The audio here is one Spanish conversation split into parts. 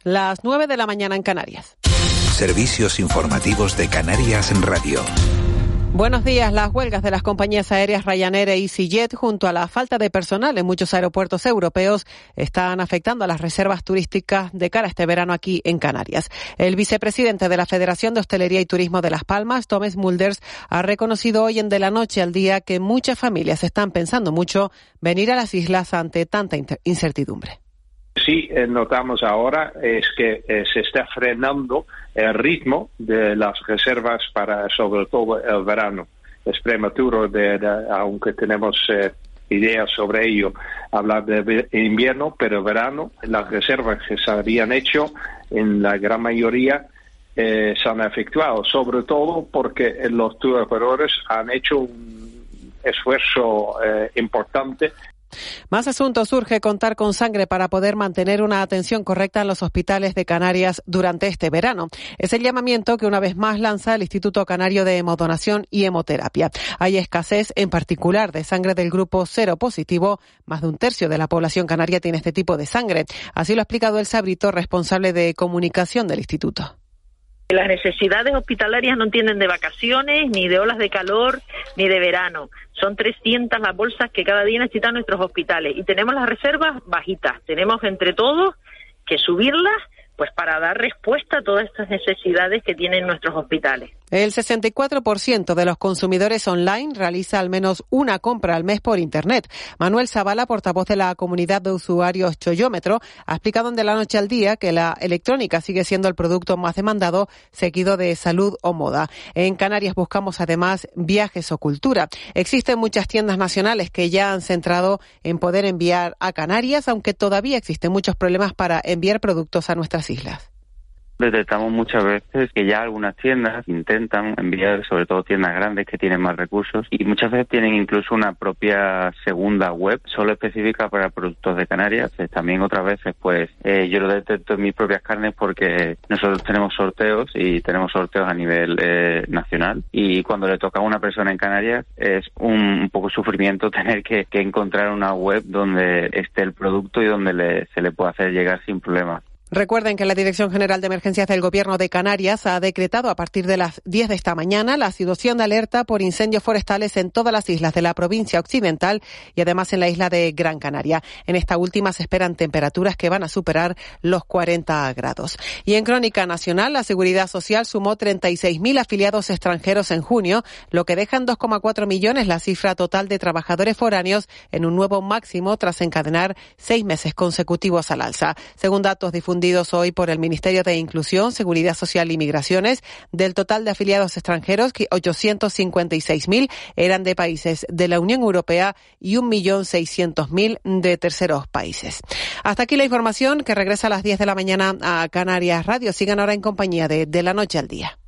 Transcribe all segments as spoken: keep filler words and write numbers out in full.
las nueve de la mañana en Canarias. Servicios informativos de Canarias en Radio. Buenos días. Las huelgas de las compañías aéreas Ryanair e EasyJet, junto a la falta de personal en muchos aeropuertos europeos, están afectando a las reservas turísticas de cara a este verano aquí en Canarias. El vicepresidente de la Federación de Hostelería y Turismo de Las Palmas, Thomas Mulders, ha reconocido hoy en De la Noche al Día que muchas familias están pensando mucho venir a las islas ante tanta incertidumbre. Sí, eh, notamos ahora es que eh, se está frenando el ritmo de las reservas para sobre todo el verano. Es prematuro, de, de, aunque tenemos eh, ideas sobre ello, hablar de invierno, pero verano, las reservas que se habían hecho en la gran mayoría eh, se han efectuado, sobre todo porque los tour operadores han hecho un esfuerzo eh, importante. Más asuntos. Urge contar con sangre para poder mantener una atención correcta en los hospitales de Canarias durante este verano. Es el llamamiento que una vez más lanza el Instituto Canario de Hemodonación y Hemoterapia. Hay escasez, en particular, de sangre del grupo cero positivo. Más de un tercio de la población canaria tiene este tipo de sangre. Así lo ha explicado el Sabrito, responsable de comunicación del instituto. Las necesidades hospitalarias no entienden de vacaciones, ni de olas de calor, ni de verano. Son trescientas las bolsas que cada día necesitan nuestros hospitales. Y tenemos las reservas bajitas. Tenemos entre todos que subirlas, pues para dar respuesta a todas estas necesidades que tienen nuestros hospitales. El sesenta y cuatro por ciento de los consumidores online realiza al menos una compra al mes por Internet. Manuel Zavala, portavoz de la comunidad de usuarios Chollómetro, ha explicado en De la Noche al Día que la electrónica sigue siendo el producto más demandado, seguido de salud o moda. En Canarias buscamos además viajes o cultura. Existen muchas tiendas nacionales que ya han centrado en poder enviar a Canarias, aunque todavía existen muchos problemas para enviar productos a nuestras islas. Detectamos muchas veces que ya algunas tiendas intentan enviar, sobre todo tiendas grandes que tienen más recursos, y muchas veces tienen incluso una propia segunda web solo específica para productos de Canarias. También otras veces, pues, eh, yo lo detecto en mis propias carnes porque nosotros tenemos sorteos y tenemos sorteos a nivel eh, nacional, y cuando le toca a una persona en Canarias es un, un poco sufrimiento tener que, que encontrar una web donde esté el producto y donde le, se le pueda hacer llegar sin problemas. Recuerden que la Dirección General de Emergencias del Gobierno de Canarias ha decretado a partir de las diez de esta mañana la situación de alerta por incendios forestales en todas las islas de la provincia occidental y además en la isla de Gran Canaria. En esta última se esperan temperaturas que van a superar los cuarenta grados. Y en Crónica Nacional, la Seguridad Social sumó treinta y seis mil afiliados extranjeros en junio, lo que deja en dos coma cuatro millones la cifra total de trabajadores foráneos en un nuevo máximo tras encadenar seis meses consecutivos al alza. Según datos difundidos hoy por el Ministerio de Inclusión, Seguridad Social y Migraciones, del total de afiliados extranjeros, ochocientos cincuenta y seis mil eran de países de la Unión Europea y un millón seiscientos mil de terceros países. Hasta aquí la información, que regresa a las diez de la mañana a Canarias Radio. Sigan ahora en compañía de De la Noche al Día.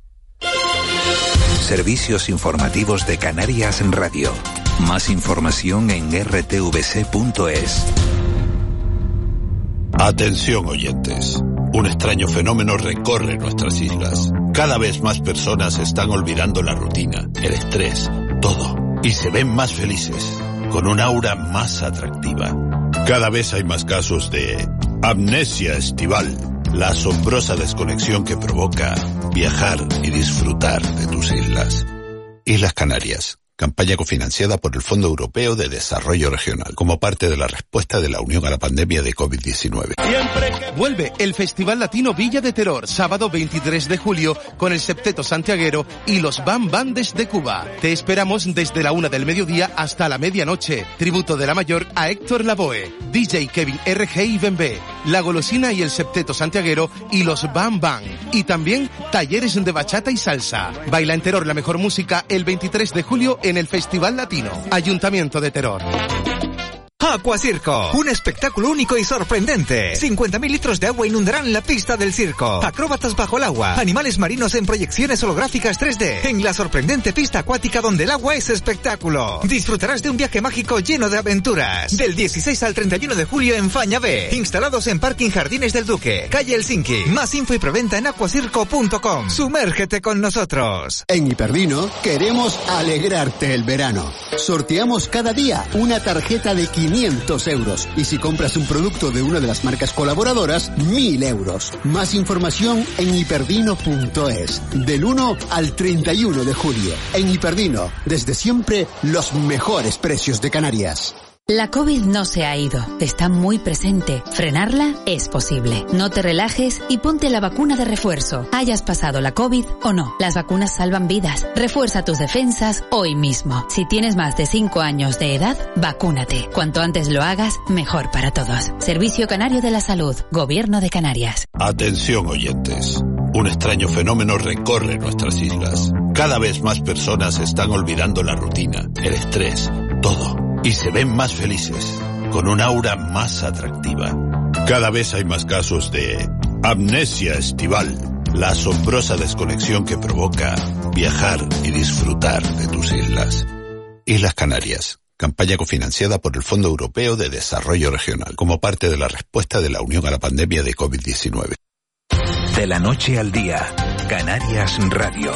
Servicios informativos de Canarias en Radio. Más información en r t v c punto es. Atención, oyentes. Un extraño fenómeno recorre nuestras islas. Cada vez más personas están olvidando la rutina, el estrés, todo. Y se ven más felices, con un aura más atractiva. Cada vez hay más casos de amnesia estival, la asombrosa desconexión que provoca viajar y disfrutar de tus islas. Islas Canarias. Campaña cofinanciada por el Fondo Europeo de Desarrollo Regional, como parte de la respuesta de la Unión a la pandemia de covid diecinueve. Vuelve el Festival Latino Villa de Terror, sábado veintitrés de julio, con el Septeto Santiaguero y los Bam Bandes de Cuba. Te esperamos desde la una del mediodía hasta la medianoche. Tributo de la mayor a Héctor Lavoe, D J Kevin R G y Bembé, La Golosina y el Septeto Santiaguero y los Bam Bam. Y también talleres de bachata y salsa. Baila en Terror la mejor música el veintitrés de julio en el Festival Latino. Ayuntamiento de Terror. Aquacirco, un espectáculo único y sorprendente. cincuenta mil litros de agua inundarán la pista del circo. Acróbatas bajo el agua, animales marinos en proyecciones holográficas tres D, en la sorprendente pista acuática donde el agua es espectáculo. Disfrutarás de un viaje mágico lleno de aventuras. Del dieciséis al treinta y uno de julio en Faña B, instalados en Parking Jardines del Duque, calle Helsinki. Más info y preventa en aquacirco punto com. Sumérgete con nosotros. En Hypervino queremos alegrarte el verano. Sorteamos cada día una tarjeta de quinientos quinientos euros. Y si compras un producto de una de las marcas colaboradoras, mil euros. Más información en hiperdino punto es. Del uno al treinta y uno de julio. En Hiperdino, desde siempre, los mejores precios de Canarias. La COVID no se ha ido, está muy presente. Frenarla es posible. No te relajes y ponte la vacuna de refuerzo. Hayas pasado la COVID o no. Las vacunas salvan vidas. Refuerza tus defensas hoy mismo. Si tienes más de cinco años de edad, vacúnate. Cuanto antes lo hagas, mejor para todos. Servicio Canario de la Salud, Gobierno de Canarias. Atención, oyentes. Un extraño fenómeno recorre nuestras islas. Cada vez más personas están olvidando la rutina, el estrés, todo. Y se ven más felices, con un aura más atractiva. Cada vez hay más casos de amnesia estival, la asombrosa desconexión que provoca viajar y disfrutar de tus islas. Islas Canarias, campaña cofinanciada por el Fondo Europeo de Desarrollo Regional, como parte de la respuesta de la Unión a la pandemia de COVID diecinueve. De la noche al día, Canarias Radio.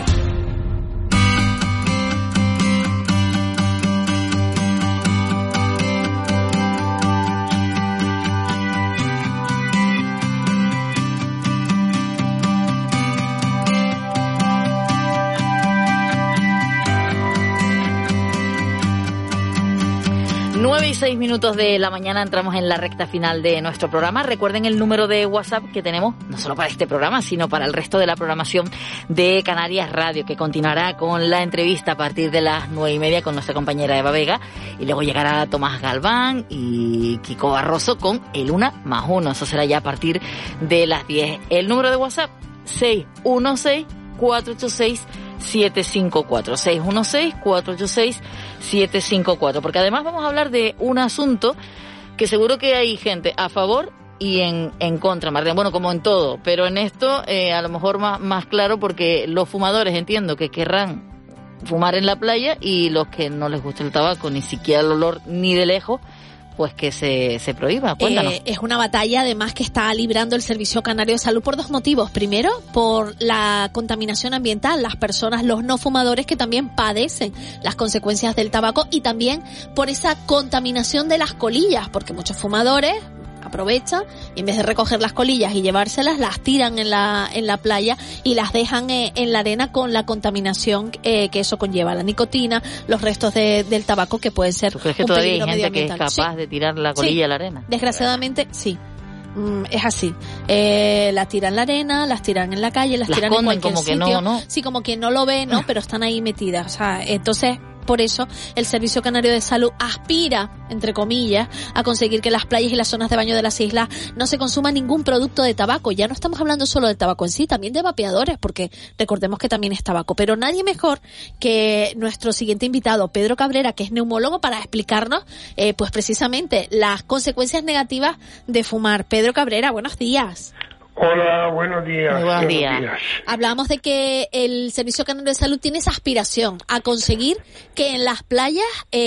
nueve y seis minutos de la mañana, entramos en la recta final de nuestro programa. Recuerden el número de WhatsApp que tenemos, no solo para este programa, sino para el resto de la programación de Canarias Radio, que continuará con la entrevista a partir de las nueve y media con nuestra compañera Eva Vega, y luego llegará Tomás Galván y Kiko Barroso con el Una más Uno. Eso será ya a partir de las diez. El número de WhatsApp, seis uno seis, cuatro ocho seis, siete cinco cuatro, seis uno seis, cuatro ocho seis, siete cinco cuatro, porque además vamos a hablar de un asunto que seguro que hay gente a favor y en, en contra, Martín. Bueno, como en todo, pero en esto eh, a lo mejor más, más claro, porque los fumadores entiendo que querrán fumar en la playa, y los que no les gusta el tabaco, ni siquiera el olor ni de lejos, pues que se, se prohíba. Cuéntanos. Eh, es una batalla además que está librando el Servicio Canario de Salud por dos motivos. Primero, por la contaminación ambiental, las personas, los no fumadores que también padecen las consecuencias del tabaco, y también por esa contaminación de las colillas, porque muchos fumadores aprovechan y en vez de recoger las colillas y llevárselas, las tiran en la en la playa y las dejan eh, en la arena, con la contaminación eh, que eso conlleva, la nicotina, los restos de, del tabaco, que pueden ser. ¿Tú crees que un todavía hay gente que es capaz sí. de tirar la colilla sí. a la arena? Desgraciadamente, sí. Mm, es así. Eh, las tiran en la arena, las tiran en la calle, las, las tiran en cualquier como sitio. Que no, no. Sí, como quien no lo ve, ¿no? Pero están ahí metidas. O sea, entonces, por eso el Servicio Canario de Salud aspira, entre comillas, a conseguir que las playas y las zonas de baño de las islas no se consuma ningún producto de tabaco. Ya no estamos hablando solo del tabaco en sí, también de vapeadores, porque recordemos que también es tabaco. Pero nadie mejor que nuestro siguiente invitado, Pedro Cabrera, que es neumólogo, para explicarnos eh, pues precisamente las consecuencias negativas de fumar. Pedro Cabrera, buenos días. Hola, buenos días. Muy buenos, buenos días. días. Hablamos de que el Servicio Canario de Salud tiene esa aspiración a conseguir que en las playas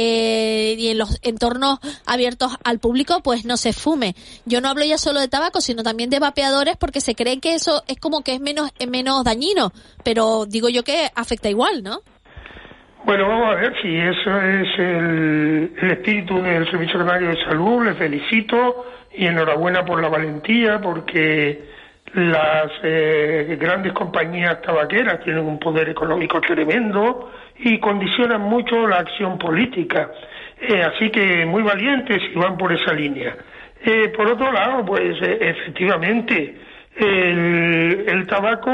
eh, y en los entornos abiertos al público pues no se fume. Yo no hablo ya solo de tabaco, sino también de vapeadores, porque se cree que eso es como que es menos, es menos dañino, pero digo yo que afecta igual, ¿no? Bueno, vamos a ver si eso es el, el espíritu del Servicio Canario de Salud. Le felicito y enhorabuena por la valentía, porque las eh, grandes compañías tabaqueras tienen un poder económico tremendo y condicionan mucho la acción política. Eh, así que muy valientes y van por esa línea. Eh, por otro lado, pues eh, efectivamente, el, el tabaco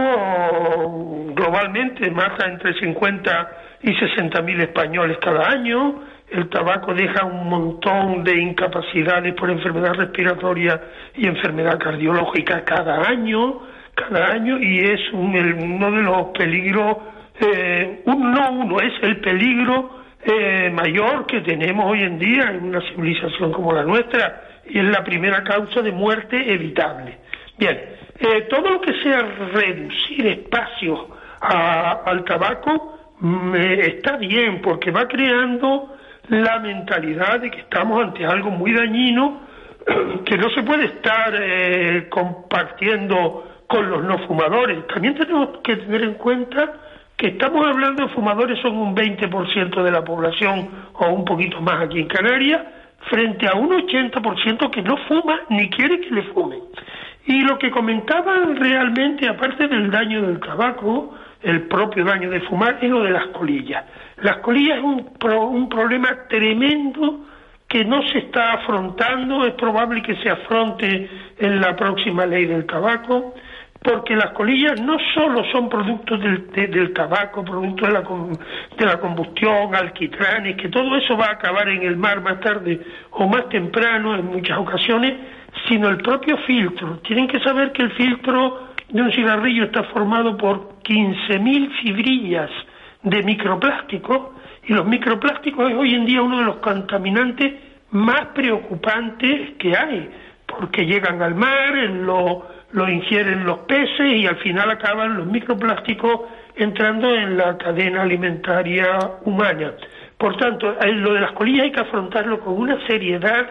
globalmente mata entre cincuenta y sesenta mil españoles cada año. El tabaco deja un montón de incapacidades por enfermedad respiratoria y enfermedad cardiológica cada año, cada año, y es un, el, uno de los peligros, eh, un, no uno, es el peligro eh, mayor que tenemos hoy en día en una civilización como la nuestra, y es la primera causa de muerte evitable. Bien, eh, todo lo que sea reducir espacios a, al tabaco me, está bien, porque va creando la mentalidad de que estamos ante algo muy dañino, que no se puede estar eh, compartiendo con los no fumadores. También tenemos que tener en cuenta que estamos hablando de fumadores, son un veinte por ciento de la población o un poquito más aquí en Canarias, frente a un ochenta por ciento que no fuma ni quiere que le fumen. Y lo que comentaban realmente, aparte del daño del tabaco, el propio daño de fumar, es lo de las colillas. Las colillas es un, pro, un problema tremendo que no se está afrontando, es probable que se afronte en la próxima ley del tabaco, porque las colillas no solo son productos del, de, del tabaco, productos de la, de la combustión, alquitranes, que todo eso va a acabar en el mar más tarde o más temprano en muchas ocasiones, sino el propio filtro. Tienen que saber que el filtro de un cigarrillo está formado por quince mil fibrillas de microplástico, y los microplásticos es hoy en día uno de los contaminantes más preocupantes que hay, porque llegan al mar, lo, lo ingieren los peces y al final acaban los microplásticos entrando en la cadena alimentaria humana. Por tanto, lo de las colillas hay que afrontarlo con una seriedad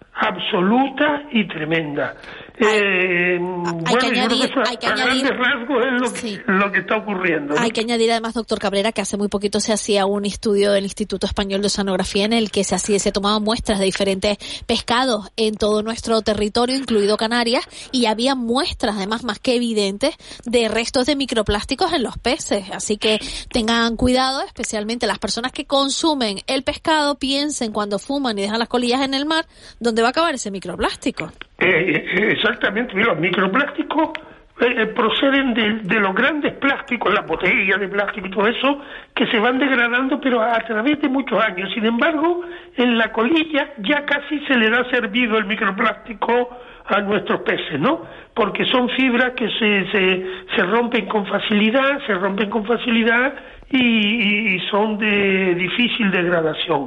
absoluta y tremenda. Hay, eh, hay bueno, que añadir, eso, hay que a añadir, grandes rasgos es lo, sí. que, lo que está ocurriendo, ¿no? Hay que añadir además, doctor Cabrera, que hace muy poquito se hacía un estudio del Instituto Español de Oceanografía en el que se hacía, se tomaban muestras de diferentes pescados en todo nuestro territorio, incluido Canarias, y había muestras además más que evidentes de restos de microplásticos en los peces. Así que tengan cuidado, especialmente las personas que consumen el pescado, piensen cuando fuman y dejan las colillas en el mar, ¿dónde va a acabar ese microplástico? Eh, exactamente, los microplásticos eh, proceden de, de los grandes plásticos, las botellas de plástico y todo eso, que se van degradando, pero a, a través de muchos años. Sin embargo, en la colilla ya casi se le da servido el microplástico a nuestros peces, ¿no? Porque son fibras que se, se, se rompen con facilidad, se rompen con facilidad y, y son de difícil degradación.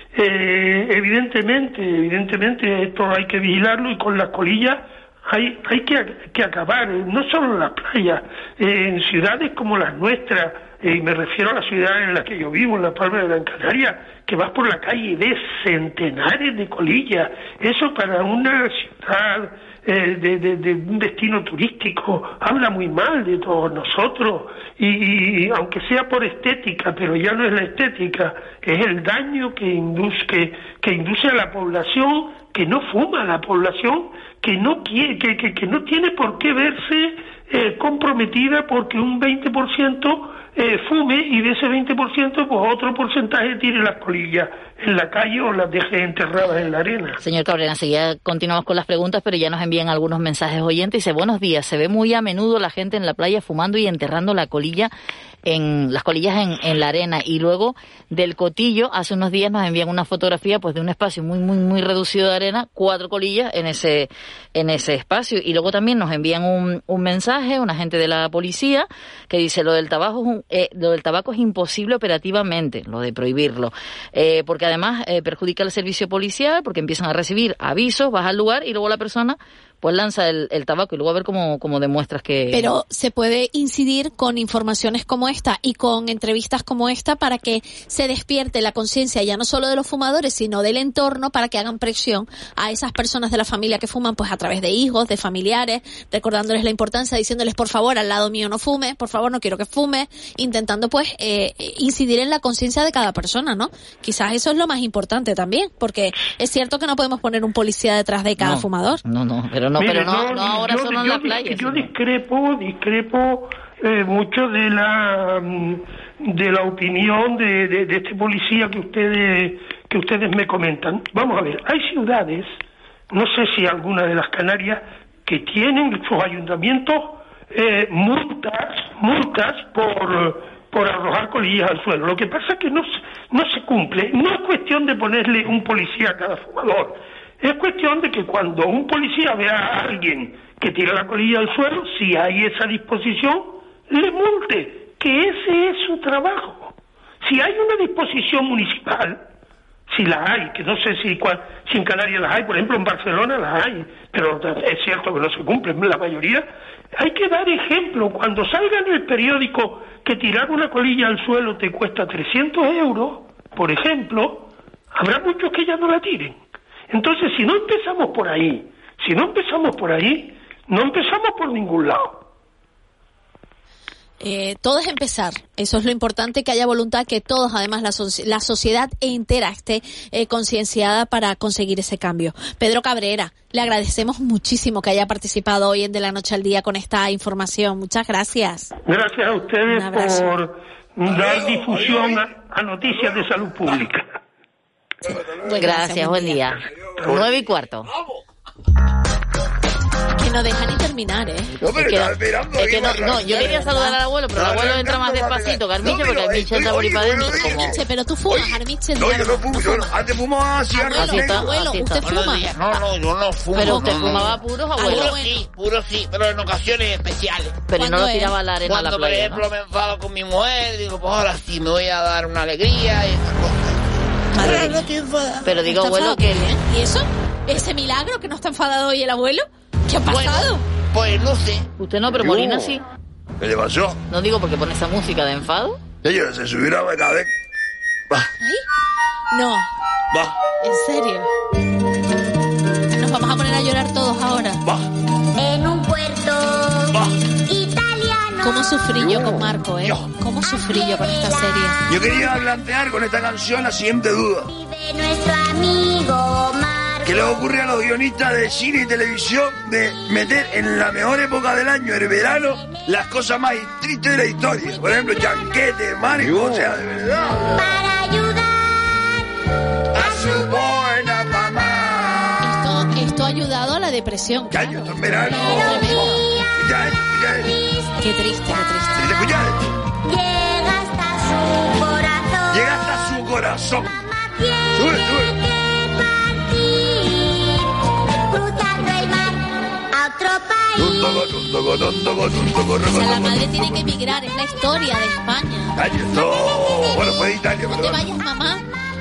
Eh, evidentemente, evidentemente esto hay que vigilarlo, y con las colillas hay hay que, que acabar, no solo en las playas, eh, en ciudades como las nuestras, y eh, me refiero a la ciudad en la que yo vivo, en La Palma de Gran Canaria, que vas por la calle y ves centenares de colillas. Eso para una ciudad eh, de, de, de un destino turístico habla muy mal de todos nosotros, y, y aunque sea por estética, pero ya no es la estética, es el daño que induce, que, que induce a la población que no fuma, a la población que no quiere, que, que, que no tiene por qué verse eh, comprometida porque un veinte por ciento eh, fume, y de ese veinte por ciento pues otro porcentaje tire las colillas en la calle o las deje enterradas en la arena. Señor Cabrera, enseguida continuamos con las preguntas, pero ya nos envían algunos mensajes oyentes. Dice, buenos días, se ve muy a menudo la gente en la playa fumando y enterrando la colilla en las colillas en, en la arena. Y luego del Cotillo, hace unos días nos envían una fotografía pues de un espacio muy muy muy reducido de arena, cuatro colillas en ese en ese espacio. Y luego también nos envían un, un mensaje, una agente de la policía, que dice, lo del tabaco es un, eh, lo del tabaco es imposible operativamente, lo de prohibirlo, eh, porque además eh, perjudica el servicio policial, porque empiezan a recibir avisos, vas al lugar y luego la persona pues lanza el, el tabaco, y luego a ver cómo, cómo demuestras que... Pero se puede incidir con informaciones como esta y con entrevistas como esta para que se despierte la conciencia ya no solo de los fumadores, sino del entorno, para que hagan presión a esas personas de la familia que fuman, pues a través de hijos, de familiares, recordándoles la importancia, diciéndoles, por favor, al lado mío no fume, por favor, no quiero que fume, intentando pues eh, incidir en la conciencia de cada persona, ¿no? Quizás eso es lo más importante también, porque es cierto que no podemos poner un policía detrás de cada no, fumador. No, no, pero no, Mire, pero no, no, no ahora yo, solo en yo, la playa. Yo sino... discrepo, discrepo eh, mucho de la de la opinión de, de, de este policía que ustedes que ustedes me comentan. Vamos a ver, hay ciudades, no sé si alguna de las Canarias, que tienen sus ayuntamientos eh, multas, multas por por arrojar colillas al suelo. Lo que pasa es que no no se cumple. No es cuestión de ponerle un policía a cada fumador. Es cuestión de que cuando un policía vea a alguien que tira la colilla al suelo, si hay esa disposición, le multe, que ese es su trabajo. Si hay una disposición municipal, si la hay, que no sé si, cual, si en Canarias las hay, por ejemplo en Barcelona las hay, pero es cierto que no se cumplen la mayoría, hay que dar ejemplo. Cuando salga en el periódico que tirar una colilla al suelo te cuesta trescientos euros, por ejemplo, habrá muchos que ya no la tiren. Entonces, si no empezamos por ahí, si no empezamos por ahí, no empezamos por ningún lado. Eh, todo es empezar, eso es lo importante, que haya voluntad, que todos, además la, so- la sociedad entera esté eh, concienciada para conseguir ese cambio. Pedro Cabrera, le agradecemos muchísimo que haya participado hoy en De la Noche al Día con esta información. Muchas gracias. Gracias a ustedes por dar difusión a, a noticias de salud pública. Gracias, gracias, buen día. Nueve y cuarto. Que no deja ni terminar, ¿eh? No, pero es que, estaba esperando. es que no, no, yo quería saludar al abuelo, pero el abuelo entra más despacito que Armiche, porque Armiche entra por ahí para adentro. Armiche, pero tú fumas, Armiche. No, yo no fumo, yo no. Antes fumaba cigarros. Así está, abuelo, así usted está. fuma. No, no, yo no fumo. Pero usted no, no, fumaba no. puros, abuelo. Puro sí, puro sí, pero en ocasiones especiales. Pero no lo tiraba a la arena a la Cuando, por playa, ejemplo, ¿no? me enfado con mi mujer, digo, pues ahora sí me voy a dar una alegría y esas cosas. Madre Pero mía. no estoy enfadada. Pero digo, ¿Está abuelo, enfadado? que... ¿Eh? ¿Y eso? ¿Ese milagro que no está enfadado hoy el abuelo? ¿Qué ha pasado? Bueno, pues no sé. Usted no, pero Molina sí. ¿Qué le pasó? No digo porque pone esa música de enfado. Ella se subió a cada vez. Va, ¿Ay? No, va, en serio. Nos vamos a poner a llorar todos ahora. va, En un puerto va. italiano. ¿Cómo sufrí yo con Marco, eh? Yo. ¿Cómo sufrí yo con esta serie? Yo quería plantear con esta canción la siguiente duda. Vive nuestro amigo Marco. ¿Qué le ocurre a los guionistas de cine y televisión de meter en la mejor época del año, el verano, las cosas más tristes de la historia? Por ejemplo, Chanquete, Marco, o sea, de verdad. Para ayudar A su buena mamá. Esto, esto ha ayudado a la depresión. Ya, Claro. yo estoy en verano. Tremendo. Ya, ya, Qué triste, qué triste. ¿te escuchas? llega hasta su corazón. Llega hasta su corazón. Tiene Sube, sube. que partir, cruzando el mar a otro país. Tuntoco, tuntoco, tuntoco, tuntoco, O sea, la tuntoco. madre tiene que emigrar, es la historia de España. Ay, esto... Bueno, fue de Italia, No te perdón. vayas, mamá.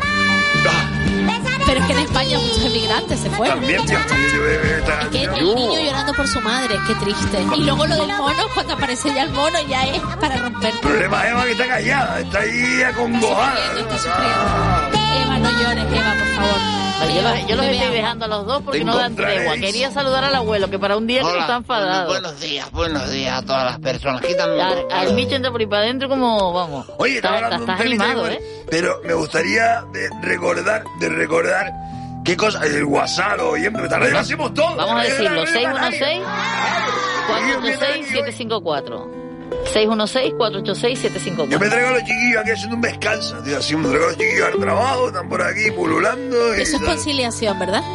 Ah, Pero es que en España muchos emigrantes se fueron. también, tío. Es que el niño llorando por su madre, qué triste. Y luego lo del mono, cuando aparece ya el mono, ya es para romper. El problema es Eva, que está callada, está ahí acongojada. Está sufriendo. Eva, no llores, Eva, por favor. Yo los, yo los Bebe estoy agua. dejando a los dos porque Te no dan encontraréis. tregua. Quería saludar al abuelo, que para un día que no está enfadado. Buenos días, buenos días a todas las personas. Quítame Al, al Micho entra por ahí para adentro como, vamos. Oye, estaba estás, hablando de un estás temita animado, que- ¿eh? Pero me gustaría de recordar, de recordar qué cosa, el WhatsApp, oyendo, esta radio lo hacemos todo. Vamos a decirlo, seis uno seis, seis cuatro ocho seis, siete cinco cuatro. seis uno seis, cuatro ocho seis, siete cinco Yo me cuatro. traigo a los chiquillos aquí haciendo un descanso, tío, así me traigo a los chiquillos al trabajo, están por aquí pululando. Y Eso es tal. conciliación, ¿verdad?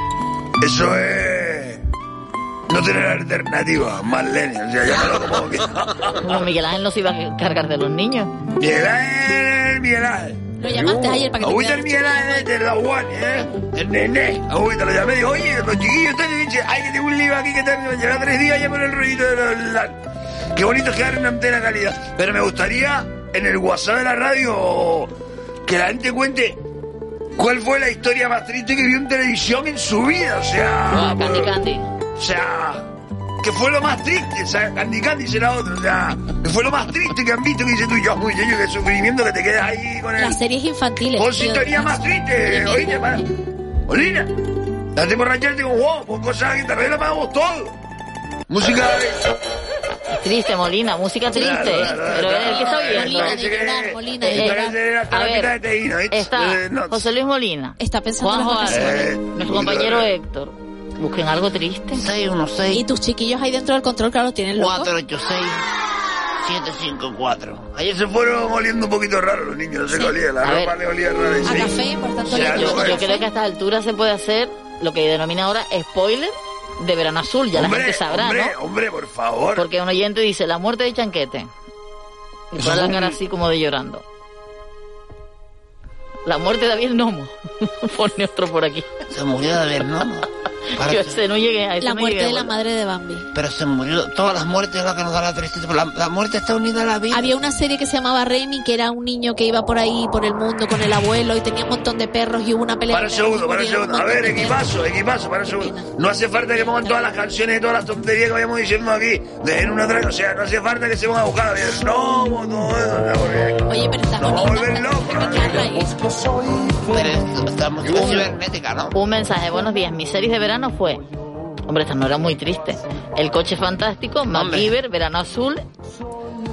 Eso es no tener alternativa, más lene, o sea, llámalo como que... Como Miguel Ángel no se iba a cargar de los niños. Miguel Ángel, Miguel Ángel. Lo llamaste ayer para que te Agüita el cuidara. Miguel Ángel de la Juan, ¿eh? El nené. Agüita lo llamé y dijo, oye, los chiquillos están y dice, ay, que tengo un lío aquí que tengo que llevar tres días ya por el rollito de los... la- Qué bonito es quedar en antena calidad. Pero me gustaría, en el WhatsApp de la radio, que la gente cuente cuál fue la historia más triste que vio en televisión en su vida, o sea... Ah, Candy Candy. O sea, que fue lo más triste, o sea, Candy Candy será otro, o sea, que fue lo más triste que han visto, que dices tú, yo, uy, yo, qué sufrimiento que te quedas ahí con el... Las series infantiles. Con tío, sintonía más triste, oíste, para. Molina, date por rayarte con wow, con cosas que te arregla pagamos todo. Música de... Triste, Molina, música triste. Claro, claro, Pero claro. ¿qué está oyendo? Molina, de llorar, Molina, de Eh, llorar. Parece la a carpeta ver, de Teíno, ¿eh? Está Eh, no. José Luis Molina, Está pensando en Juanjo las Álvarez, vacaciones. Eh, nuestro compañero Héctor. Busquen algo triste. seis uno Y seis, tus chiquillos ahí dentro del control, claro, tienen loco. cuatro ocho seis, siete cinco cuatro. Ayer se fueron oliendo un poquito raro los niños, no sé Sí. qué olía, la A ropa ver. le olía rara. A sí. café, por tanto, Sí, le algo Yo, digo, es. yo creo que a estas alturas se puede hacer lo que denomina ahora spoiler de Verano Azul. Ya hombre, la gente sabrá, hombre, ¿no? hombre, por favor. Porque un oyente dice, la muerte de Chanquete. Y pone la cara así como de llorando. La muerte de David Nomo. Pone otro por aquí. Se murió David Nomo. Para Yo que- ese no llegué a ese la no muerte llegué a de la ver. madre de Bambi. Pero se murió. Todas las muertes es la que nos da la tristeza. La, la muerte está unida a la vida. Había una serie que se llamaba Remy, que era un niño que iba por ahí, por el mundo, con el abuelo, y tenía un montón de perros y hubo una pelea. Para un de perros y segundo, para un murieron segundo. A montón ver, de perros. equipazo, equipazo, para un segundo. No hace falta que pongan todas las canciones y todas las tonterías que vayamos diciendo aquí. Dejen una otra, o sea, no hace falta que se pongan a buscar a ver. No, todo eso, o sea, porque Oye, pero está nos vamos a bonita. volver locos. ¿no? Escucharla ahí. Pero es- estamos en cibernética, ¿no? Un mensaje, buenos días. Mi serie de verano fue... Hombre, esta no era muy triste. El coche fantástico, MacGyver, Verano Azul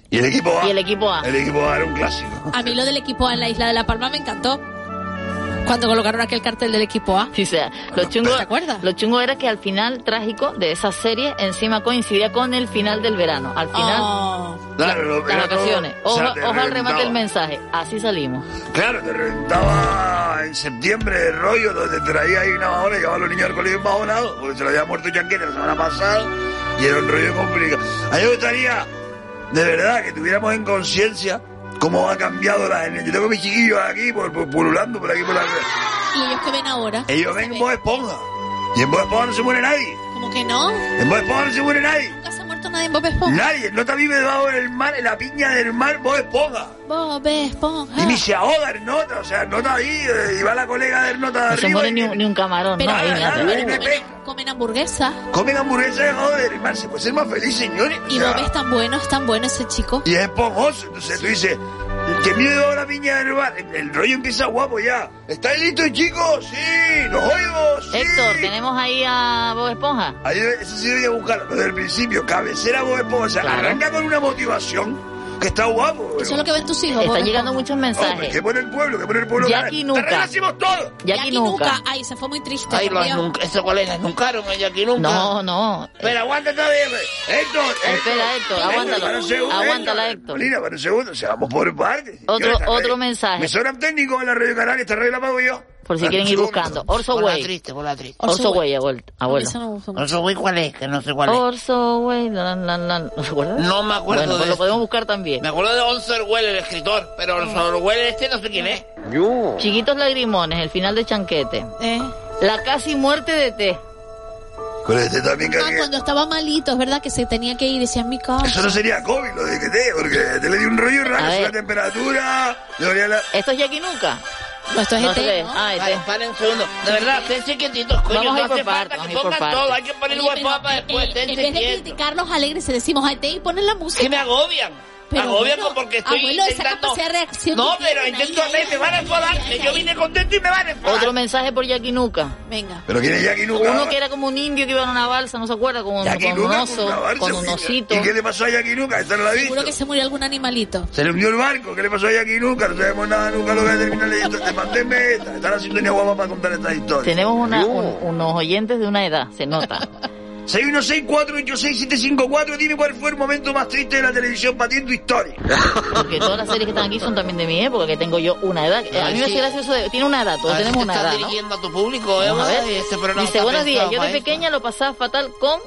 ¿Y el equipo A? Y el equipo A. El equipo A era un clásico. A mí lo del equipo A en la isla de La Palma me encantó. Cuando colocaron aquel cartel del equipo A. Sí, o sea, lo chungo, ¿te acuerdas? Lo chungo era que al final trágico de esa serie encima coincidía con el final del verano. Al final, oh. claro, lo, las vacaciones. Todo, Ojo, o sea, ojo al remate del mensaje. Así salimos. Claro, te reventaba en septiembre el rollo donde te traía ahí una bajona y llevaba a los niños al colegio embajonados porque se le había muerto Chanquete la semana pasada y era un rollo complicado. A mí me gustaría, de verdad, que tuviéramos en conciencia cómo ha cambiado la gente. Yo tengo mis chiquillos aquí por, por, pululando por aquí por la red. ¿Y ellos qué ven ahora? Ellos ven Bob Esponja. Y en Bob Esponja no se muere nadie. ¿Cómo que no? En Bob Esponja no se muere nadie. ¿Nunca se ha muerto nadie en Bob Esponja? Nadie. No te vive debajo del mar, en la piña del mar, Bob Esponja. Bob Esponja. Y ni se ahoga Ernota. O sea, Ernota ahí, eh, y va la colega de Ernota de No arriba. se muere y, ni, un- ni un camarón, Pero ¿no? Ahí, nada, nada. ahí me pega. Comen hamburguesa. Comen hamburguesas de joder, hermano. Se puede ser más feliz, señores. O Y sea, Bob es tan bueno, es tan bueno ese chico. y es esponjoso. Entonces tú dices, que vive debajo de la piña del mar. El, el rollo empieza guapo ya. ¿Estáis listos, chicos? Sí, los oigo, sí. Héctor, ¿tenemos ahí a Bob Esponja? Ahí, eso sí debería buscarlo desde el principio. Cabecera Bob Esponja. O sea, Claro. arranca con una motivación que está guapo. Eso es lo que ven tus hijos. Bob Están llegando Esponja. muchos Hombre, mensajes. que pone el pueblo, que pone el pueblo. Jackie Te Nuca. arreglásemos todo. Jackie Jackie nunca. Nuca. Ay, se fue muy triste. Ay, por los Dios. nunca, ¿eso cuál es? ¿Nuncaron a Jackie nunca? No, no. Pero aguanta todavía. Héctor, Espera, Héctor, aguántalo. para un segundo, Aguántala, Héctor. Molina, para un segundo. O sea, vamos por partes. Otro- Yo, esta otro radio- mensaje. Me sobran técnicos en la radio Canaria. Esta regla pago yo. Por si quieren ir buscando. Orso Por la Way. triste, por la triste. Orso Way, abuelo. abuelo. Eso no me gustó mucho. ¿Orso Way cuál es? Que no sé cuál es. Orso Way. la, la, la, ¿no se acuerdan? No me acuerdo Bueno, de pues lo esto. podemos buscar también. Me acuerdo de Orwell, el escritor, pero Orwell este no sé quién es. Yo. Chiquitos lagrimones, el final de Chanquete. Eh. La casi muerte de T. Con este también Ah, que... cuando estaba malito, es verdad que se tenía que ir, decía en mi casa. Eso no sería COVID, lo de que te, porque te le dio un rollo A raro, ver. la temperatura, le dolía la... ¿Esto es Jackie Nuca? No, esto es No E sé T, qué. ¿no? Ah, E T. Paren, paren un segundo. De verdad, esténse quietitos, coño. Vamos a ir no por hace falta partes, vamos a que ir por pongan partes. todo. Hay que poner Oye, buen pero, papa eh, después. eh, en Esténse vez de quietos. criticarlos alegres, se decimos a E T y ponen la música. Que me agobian. Pero me agobian bueno, porque estoy abuelo, esa intentando... capacidad de reacción No, que pero tienen, intento ahí, hacer, ahí, me van a ahí, enfadar. ahí, Que ahí, yo ahí. vine contento y me van a enfadar. Otro mensaje por Jackie Nuca. Venga. Pero ¿quién es Jackie Nuca? Uno que era como un indio que iba en una balsa, ¿no se acuerda? Con, Jackie con un Nuca oso, una balsa, con un mira. osito. ¿Y qué le pasó a Jackie Nuca? Esta no la he Seguro visto. que se murió algún animalito. Se le hundió el barco. ¿Qué le pasó a Jackie Nuca? No sabemos nada nunca lo que termina leyendo. Te mandé meta. Está la sintonía guapa para contar esta historia. Tenemos una, Yo. un- unos oyentes de una edad, se nota. seis uno seis, cuatro ocho seis, siete cinco cuatro. Dime cuál fue el momento más triste de la televisión para ti en tu historia. Porque todas las series que están aquí son también de mi época, que tengo yo una edad. Eh, A mí me hace gracioso de... Tiene una edad, todos A ver si tenemos te una estás edad, ¿no? dirigiendo a tu público, Vamos a Eva, ver. y este programa Dice, está buenos días, pensado yo de para eso. pequeña lo pasaba fatal con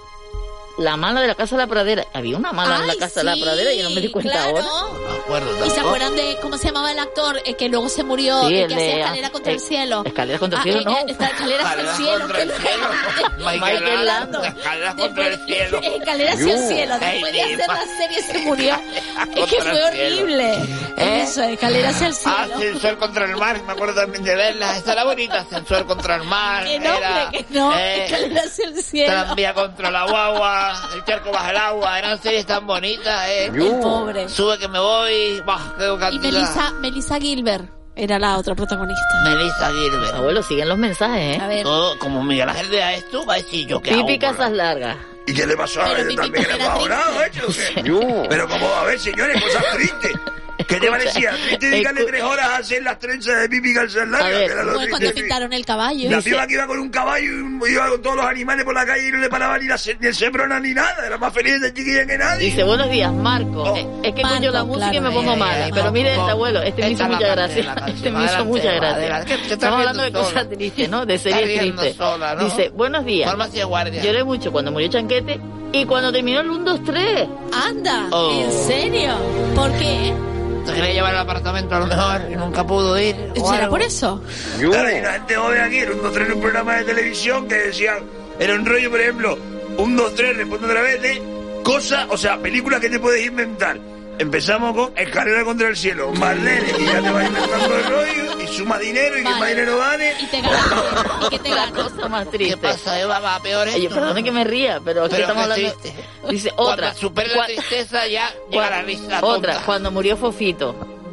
La Mala de la Casa de la Pradera. Había una mala en la Ay, Casa de la sí, Pradera y no me di cuenta claro. ahora. No me acuerdo ¿Y se tampoco. acuerdan de cómo se llamaba el actor eh, que luego se murió? Sí, el el que de- hacía Escalera contra eh, el cielo. Escaleras contra el Ah, cielo, eh, no. eh, Escaleras hacia el Escaleras cielo. contra el que- cielo. Michael Michael Lando. Lando. Escaleras contra el cielo. Escaleras hacia el cielo. Ay, Después de hacer diva. la serie se murió. Es que Contra fue el cielo. horrible. ¿Eh? Eso, Escaleras hacia el cielo. Ascensor contra el mar, me acuerdo también de verla. Esta era bonita, ascensor contra el mar. Que no, era, hombre, que no. eh, Escaleras hacia el cielo. Tranvía contra la guagua, el charco bajo el agua. Eran series tan bonitas, eh. El pobre. Sube que me voy, bah, qué cantidad. Y Melissa, Melissa Gilbert era la otra protagonista. Melissa Gilbert. Abuelo, siguen los mensajes, A ¿eh? ver. Todo, como Miguel Ángel de esto, va a decir yo qué hago. Pipi con la- Casas Largas. ¿Y qué le pasó a Pero él mi también? pipa ¿Le era ha ahorrado, hecho? ¿Qué? Pero como, a ver, señores, cosas tristes. ¿Qué te parecía? ¿Triste dedicarle escu- tres horas a hacer las trenzas de Pipi Calzas A Largas? ver, Que era lo Bueno, cuando triste. pintaron el caballo. La Dice- piba que iba con un caballo y iba con todos los animales por la calle y no le paraba ni, la, se- ni el sembrona ni nada. Era más feliz de chiquilla que nadie. Dice, buenos días, Marco. Oh. Eh, es que Marco, escucho la música y claro. me pongo Ay, mala. ay, Pero Marco. mire este abuelo, este me Esta hizo es la mucha parte de gracia. la canción. Este me hizo Adelante, mucha adelante. gracia. ¿Qué te estás Estamos hablando de riendo cosas sola? tristes, ¿no? De Estás series riendo tristes. sola, ¿no? Dice, buenos días. Farmacia Guardia. Lloré mucho cuando murió Chanquete y cuando terminó el uno, dos, tres. Anda, Oh. ¿en serio? ¿Por qué? Te quería llevar al apartamento a lo mejor y nunca pudo ir. o ¿Será algo. por eso? Claro, y la gente joven aquí, era un dos tres en un programa de televisión que decían, era un rollo, por ejemplo, un dos tres, responde otra vez de cosas, o sea, películas que te puedes inventar. Empezamos con Escalera contra el cielo, Marlene, y ya te vas inventando el rollo, y suma dinero, y que Vale. más dinero gane. Y te ganas. ¿Y qué te La ganas? cosa más ¿Qué triste. pasa, Eva? Va peor esto. Oye, perdone que me ría, pero aquí Pero estamos qué hablando... triste. Dice, otra. Cuando supere la Cua- tristeza ya llega cua- la risa Otra, tonta. cuando murió Fofito.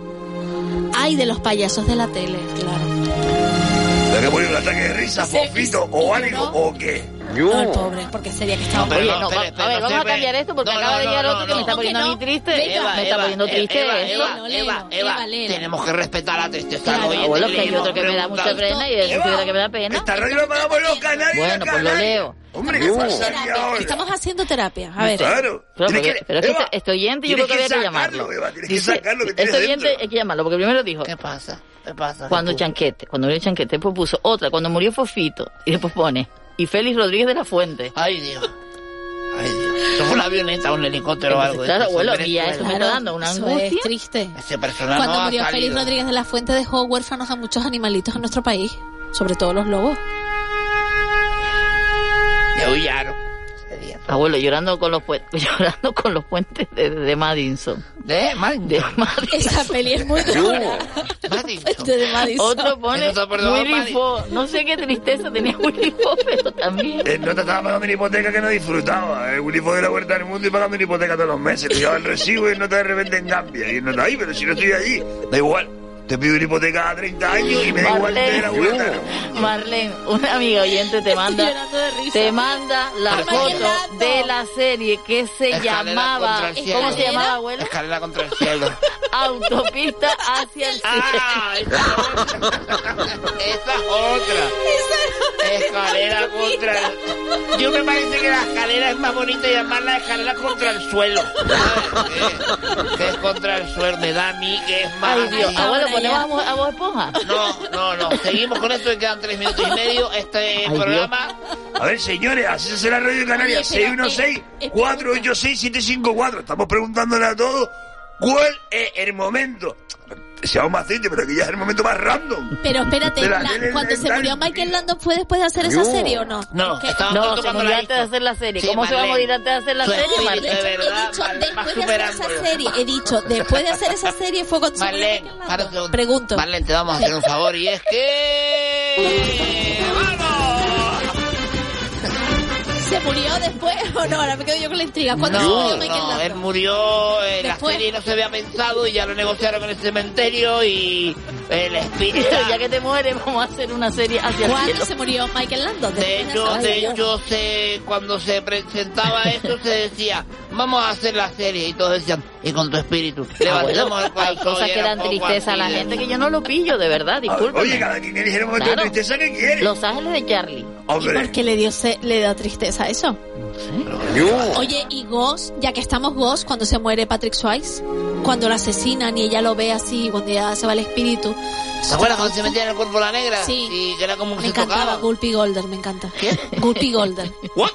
Ay, de los payasos de la tele, claro. ¿Pero que murió un ataque de risa, Sí, fofito, sí, o ¿no? algo, o qué? No, el pobre, porque sería que estaba... No, Oye, no, espera, espera, a ver, no vamos a cambiar esto porque no, acaba no, de llegar no, otro no, que me está no, poniendo no, a mí triste. Eva, me está Eva, poniendo triste Eva, esto. Eva, Eva, Eva, Eva, tenemos que respetar la tristeza. Claro, oye, abuelo, que hay otro que me da mucha pena y eso es que me da pena. Esta radio la pagamos los canarios. Bueno, pues lo leo. Hombre, ¿qué pasa ahora? Estamos haciendo terapia, a ver. Claro. Pero, porque, pero es que este, este oyente yo creo que había que llamarlo. Eva, tienes que sacarlo que tienes Este oyente dentro. hay que llamarlo, porque primero dijo... ¿Qué pasa? ¿Qué pasa? Cuando Chanquete, cuando murió Chanquete, después puso otra, cuando murió Fofito, y después pone, y Félix Rodríguez de la Fuente. Ay, Dios. Ay, Dios. Eso fue una avioneta, un helicóptero o algo. Claro, eso, abuelo, eso y ya eso me está dando una Eso angustia. es triste. Ese personaje Cuando no murió ha Félix salido. Rodríguez de la Fuente dejó huérfanos a muchos animalitos en nuestro país, sobre todo los lobos. De Ullaro. Abuelo, llorando con los puentes, llorando con los puentes de, de Madison. ¿De Madison? De Madison. Esa peli es muy dura. De Madison. Otro pone Willy Fo. No sé qué tristeza tenía Willy Fo, pero también. El nota estaba pagando una hipoteca que no disfrutaba. El Willy fue de la Huerta del Mundo y pagando una hipoteca todos los meses. Le llevaba el recibo y el nota de repente en Gambia. Y el nota ahí, pero si no estoy allí, da igual. Te pido una hipoteca a treinta años y me da igual de la Huerta. Marlene, una amiga oyente te manda te manda la foto de la serie que se Escalera llamaba, ¿cómo se llamaba, abuelo? Escalera contra el cielo. Autopista hacia el cielo. Ah, esa, esa es otra. Escalera contra el... Yo me parece que la escalera es más bonita llamarla escalera contra el suelo. ¿Qué? ¿Qué es contra el suelo? Me da a mí que es más... Ay, Dios. Abuelo, ¿ponemos a, Bo- a Bob Esponja? No, no, no. Seguimos con esto y quedan tres minutos y medio. Este Ay, programa... A ver, señores, así se hace la radio de Canarias. seis uno seis, cuatro ocho seis, siete cinco cuatro. Estamos preguntándole a todos cuál es el momento. Seamos más tristes, pero que ya es el momento más random. Pero espérate, De la la- tele cuando se mental. murió Michael Landon, ¿fue después de hacer esa No. serie o no? No, ¿Qué? estaba No, se tocando murió la antes de hacer la serie. Sí, ¿Cómo se va a Marlene. morir antes de hacer la Su serie, espíritu, Marlene? de verdad, He dicho, Marlene, más después de hacer esa superándolo. serie, he dicho, después de hacer esa serie fue cuando se murió Marlene, Michael para un Landon. segundo. Pregunto. Marlene, te vamos a hacer un favor y es que... ¿Se murió después o no? Ahora me quedo yo con la intriga. ¿Cuándo se No, murió Michael no, Landon? él murió en la Después. serie, no se había pensado y ya lo negociaron en el cementerio y el espíritu... Ya que te mueres, vamos a hacer una serie hacia el ¿Cuándo cielo. se murió Michael Landon? De Después hecho, esa de serie. hecho se, cuando se presentaba esto se decía, vamos a hacer la serie y todos decían, y con tu espíritu. Levantamos el Hay corazón cosas y que era dan poco tristeza a la así de- gente que yo no lo pillo, de verdad, disculpe. Oye, cada quien elige el momento Claro. de tristeza que quiere. Los Ángeles de Charlie. ¿Y Hombre. por qué le dio, se, le dio tristeza eso? Oye, y Ghost, ya que estamos Ghost, cuando se muere Patrick Swayze, cuando lo asesinan y ella lo ve así, cuando ya se va el espíritu. ¿Te acuerdas cuando se metía en el cuerpo la negra? Sí. Y que era como que Me se encantaba tocaba. Gulpi Golder, me encanta. ¿Qué? Gulpi Golder. ¿What?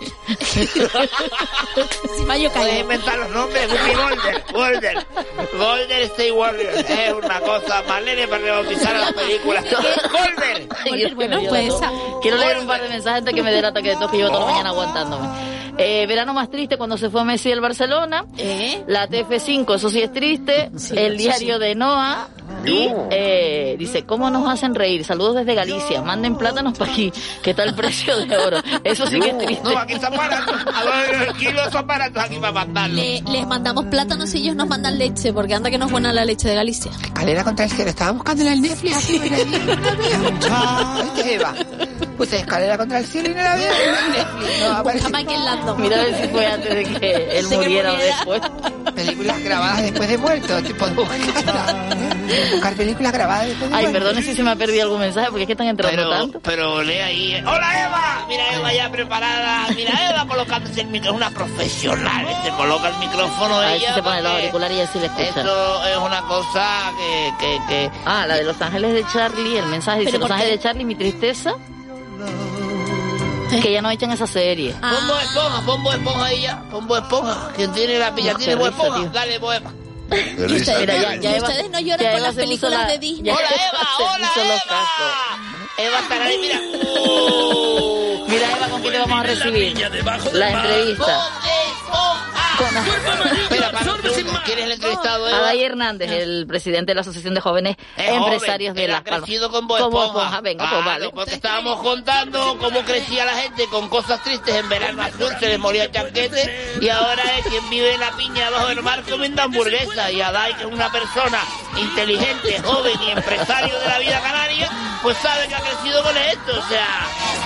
Si me yo Puedes callo. inventar los nombres, Guppy Golder, Golder, Golder State Warrior, es una cosa, Marlene para rebautizar a las películas. Golder. Golder, bueno, pues esa. Quiero leer un par de mensajes antes que me dé el ataque de tos que llevo toda la mañana aguantándome. Eh, verano más triste cuando se fue Messi del Barcelona. ¿Eh? La T F cinco, eso sí es triste. Sí, el eso diario sí. de Noah. Y eh, dice, ¿cómo nos hacen reír? Saludos desde Galicia. Manden plátanos para aquí, que está el precio de oro. Eso sí que es triste. No, aquí están baratos, a ver, kilos son baratos aquí para mandarlos. Le- les mandamos plátanos y ellos nos mandan leche, porque anda que no es buena la leche de Galicia. Escalera contra el cielo, estaba buscando en el Netflix así, pero ¿viste, Eva? Puse escalera contra el cielo y no la veo en el Netflix. No, Busca aparece. Michael Landon. Mira a ver si fue antes de que él De que muriera o muriera. después. Películas grabadas después de muerto, tipo de buscar. Buscar películas grabadas después de Ay, muerto. perdone si se me ha perdido algún mensaje, porque es que están entrando Pero, tanto. pero lee ahí. eh. ¡Hola, Eva! Mira, Eva ya preparada. Mira, Eva colocándose el micrófono. Es una profesional. Se coloca el micrófono A de ver si ella. se pone los porque auriculares y así le escucha. Eso es una cosa que... que, que... Ah, la de Los Ángeles de Charlie, el mensaje dice, ¿Pero Los por qué? Ángeles de Charlie, mi tristeza, ¿Eh? que ya no echan esa serie. Ah. Pon Bob Esponja, pon Bob Esponja ahí ya. Pon Bob Esponja. Quien tiene la pilla No, tiene qué Bob risa, Esponja. tío. Dale, Bob Esponja. ¿Y ustedes, Mira, ya- ya y Eva- ustedes no lloran ya con Eva las se puso películas la- de Disney? ya- ¡Hola, Eva! Se ¡Hola, puso los Eva! cascos. Eva estará ahí, mira. Uh, Mira, Eva, ¿con quién te vamos a recibir? La entrevista. Bob Esponja. Espera, para un segundo. ¿Quién es el entrevistado, Eva? Adai Hernández, el presidente de la Asociación de Jóvenes Es Empresarios joven, de él Las ha Palmas. crecido con Bob Como Esponja. Esponja, venga, Claro, pues vale. porque estábamos contando cómo crecía la gente con cosas tristes en verano azul, se les moría el chanquete, y ahora es quien vive en la piña bajo el mar comiendo hamburguesas. Y Adai, que es una persona inteligente, joven y empresario de la vida canaria, pues sabe que ha crecido con esto, o sea...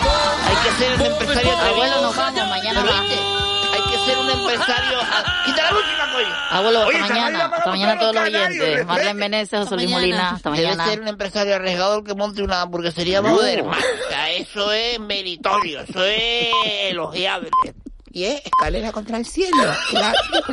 Hay que ser un empresario atrevido. Abuelo, nos vamos, mañana ¿Lo más. viste? Hay que ser un empresario... Quita la última, coño. Abuelo, hasta Oye, mañana. Hasta mañana todos los oyentes. Marlene Meneses, José Luis Molina. Hasta Debe mañana. ser un empresario arriesgado el que monte una hamburguesería bajo de hermano. O sea, eso es meritorio, eso es elogiable. Y es escalera contra el cielo. La-